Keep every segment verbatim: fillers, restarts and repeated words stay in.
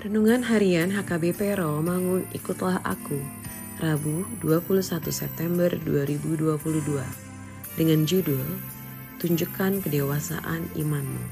Renungan Harian H K B P Rawamangun Ikutlah Aku, Rabu dua puluh satu September dua ribu dua puluh dua, dengan judul Tunjukkan Kedewasaan Imanmu.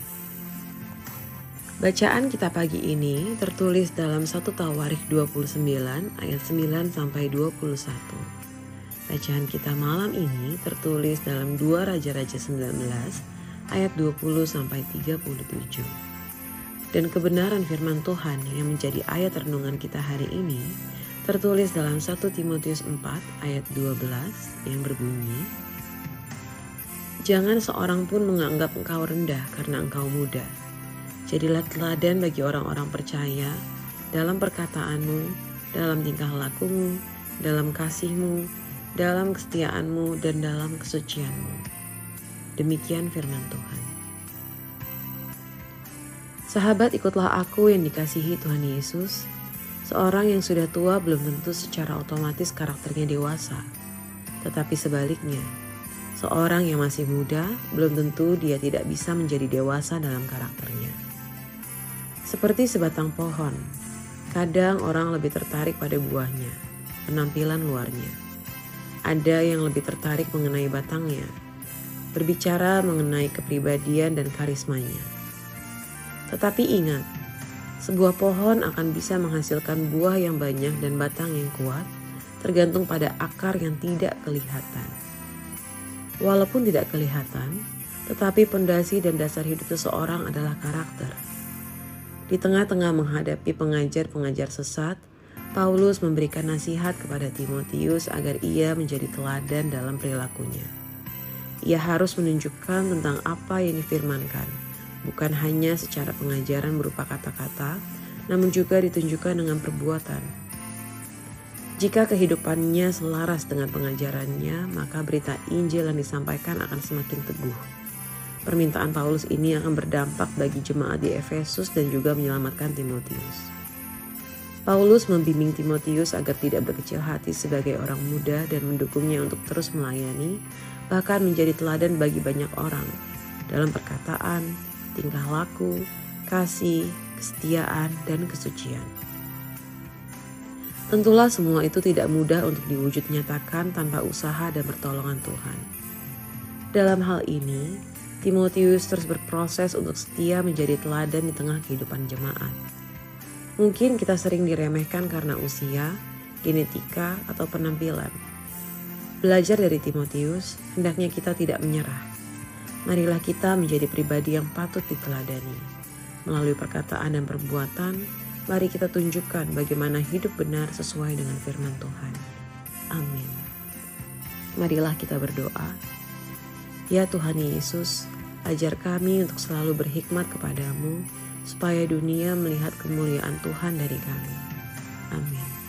Bacaan kita pagi ini tertulis dalam satu Tawarikh dua puluh sembilan ayat sembilan sampai dua puluh satu. Bacaan kita malam ini tertulis dalam dua Raja-Raja sembilan belas ayat dua puluh sampai tiga puluh tujuh. Dan kebenaran firman Tuhan yang menjadi ayat renungan kita hari ini tertulis dalam satu Timotius empat ayat dua belas yang berbunyi, "Jangan seorang pun menganggap engkau rendah karena engkau muda. Jadilah teladan bagi orang-orang percaya dalam perkataanmu, dalam tingkah lakumu, dalam kasihmu, dalam kesetiaanmu, dan dalam kesucianmu." Demikian firman Tuhan. Sahabat, ikutlah aku yang dikasihi Tuhan Yesus. Seorang yang sudah tua belum tentu secara otomatis karakternya dewasa. Tetapi sebaliknya, seorang yang masih muda belum tentu dia tidak bisa menjadi dewasa dalam karakternya. Seperti sebatang pohon, kadang orang lebih tertarik pada buahnya, penampilan luarnya. Ada yang lebih tertarik mengenai batangnya, berbicara mengenai kepribadian dan karismanya. Tetapi ingat, sebuah pohon akan bisa menghasilkan buah yang banyak dan batang yang kuat, tergantung pada akar yang tidak kelihatan. Walaupun tidak kelihatan, tetapi pondasi dan dasar hidup seseorang adalah karakter. Di tengah-tengah menghadapi pengajar-pengajar sesat, Paulus memberikan nasihat kepada Timotius agar ia menjadi teladan dalam perilakunya. Ia harus menunjukkan tentang apa yang difirmankan, bukan hanya secara pengajaran berupa kata-kata, namun juga ditunjukkan dengan perbuatan. Jika kehidupannya selaras dengan pengajarannya, maka berita Injil yang disampaikan akan semakin teguh. Permintaan Paulus ini akan berdampak bagi jemaat di Efesus dan juga menyelamatkan Timotius. Paulus membimbing Timotius agar tidak berkecil hati sebagai orang muda dan mendukungnya untuk terus melayani, bahkan menjadi teladan bagi banyak orang dalam perkataan, tingkah laku, kasih, kesetiaan, dan kesucian. Tentulah semua itu tidak mudah untuk diwujud nyatakan tanpa usaha dan pertolongan Tuhan. Dalam hal ini, Timotius terus berproses untuk setia menjadi teladan di tengah kehidupan jemaat. Mungkin kita sering diremehkan karena usia, genetika, atau penampilan. Belajar dari Timotius, hendaknya kita tidak menyerah. Marilah kita menjadi pribadi yang patut diteladani. Melalui perkataan dan perbuatan, mari kita tunjukkan bagaimana hidup benar sesuai dengan firman Tuhan. Amin. Marilah kita berdoa. Ya Tuhan Yesus, ajar kami untuk selalu berhikmat kepadamu, supaya dunia melihat kemuliaan Tuhan dari kami. Amin.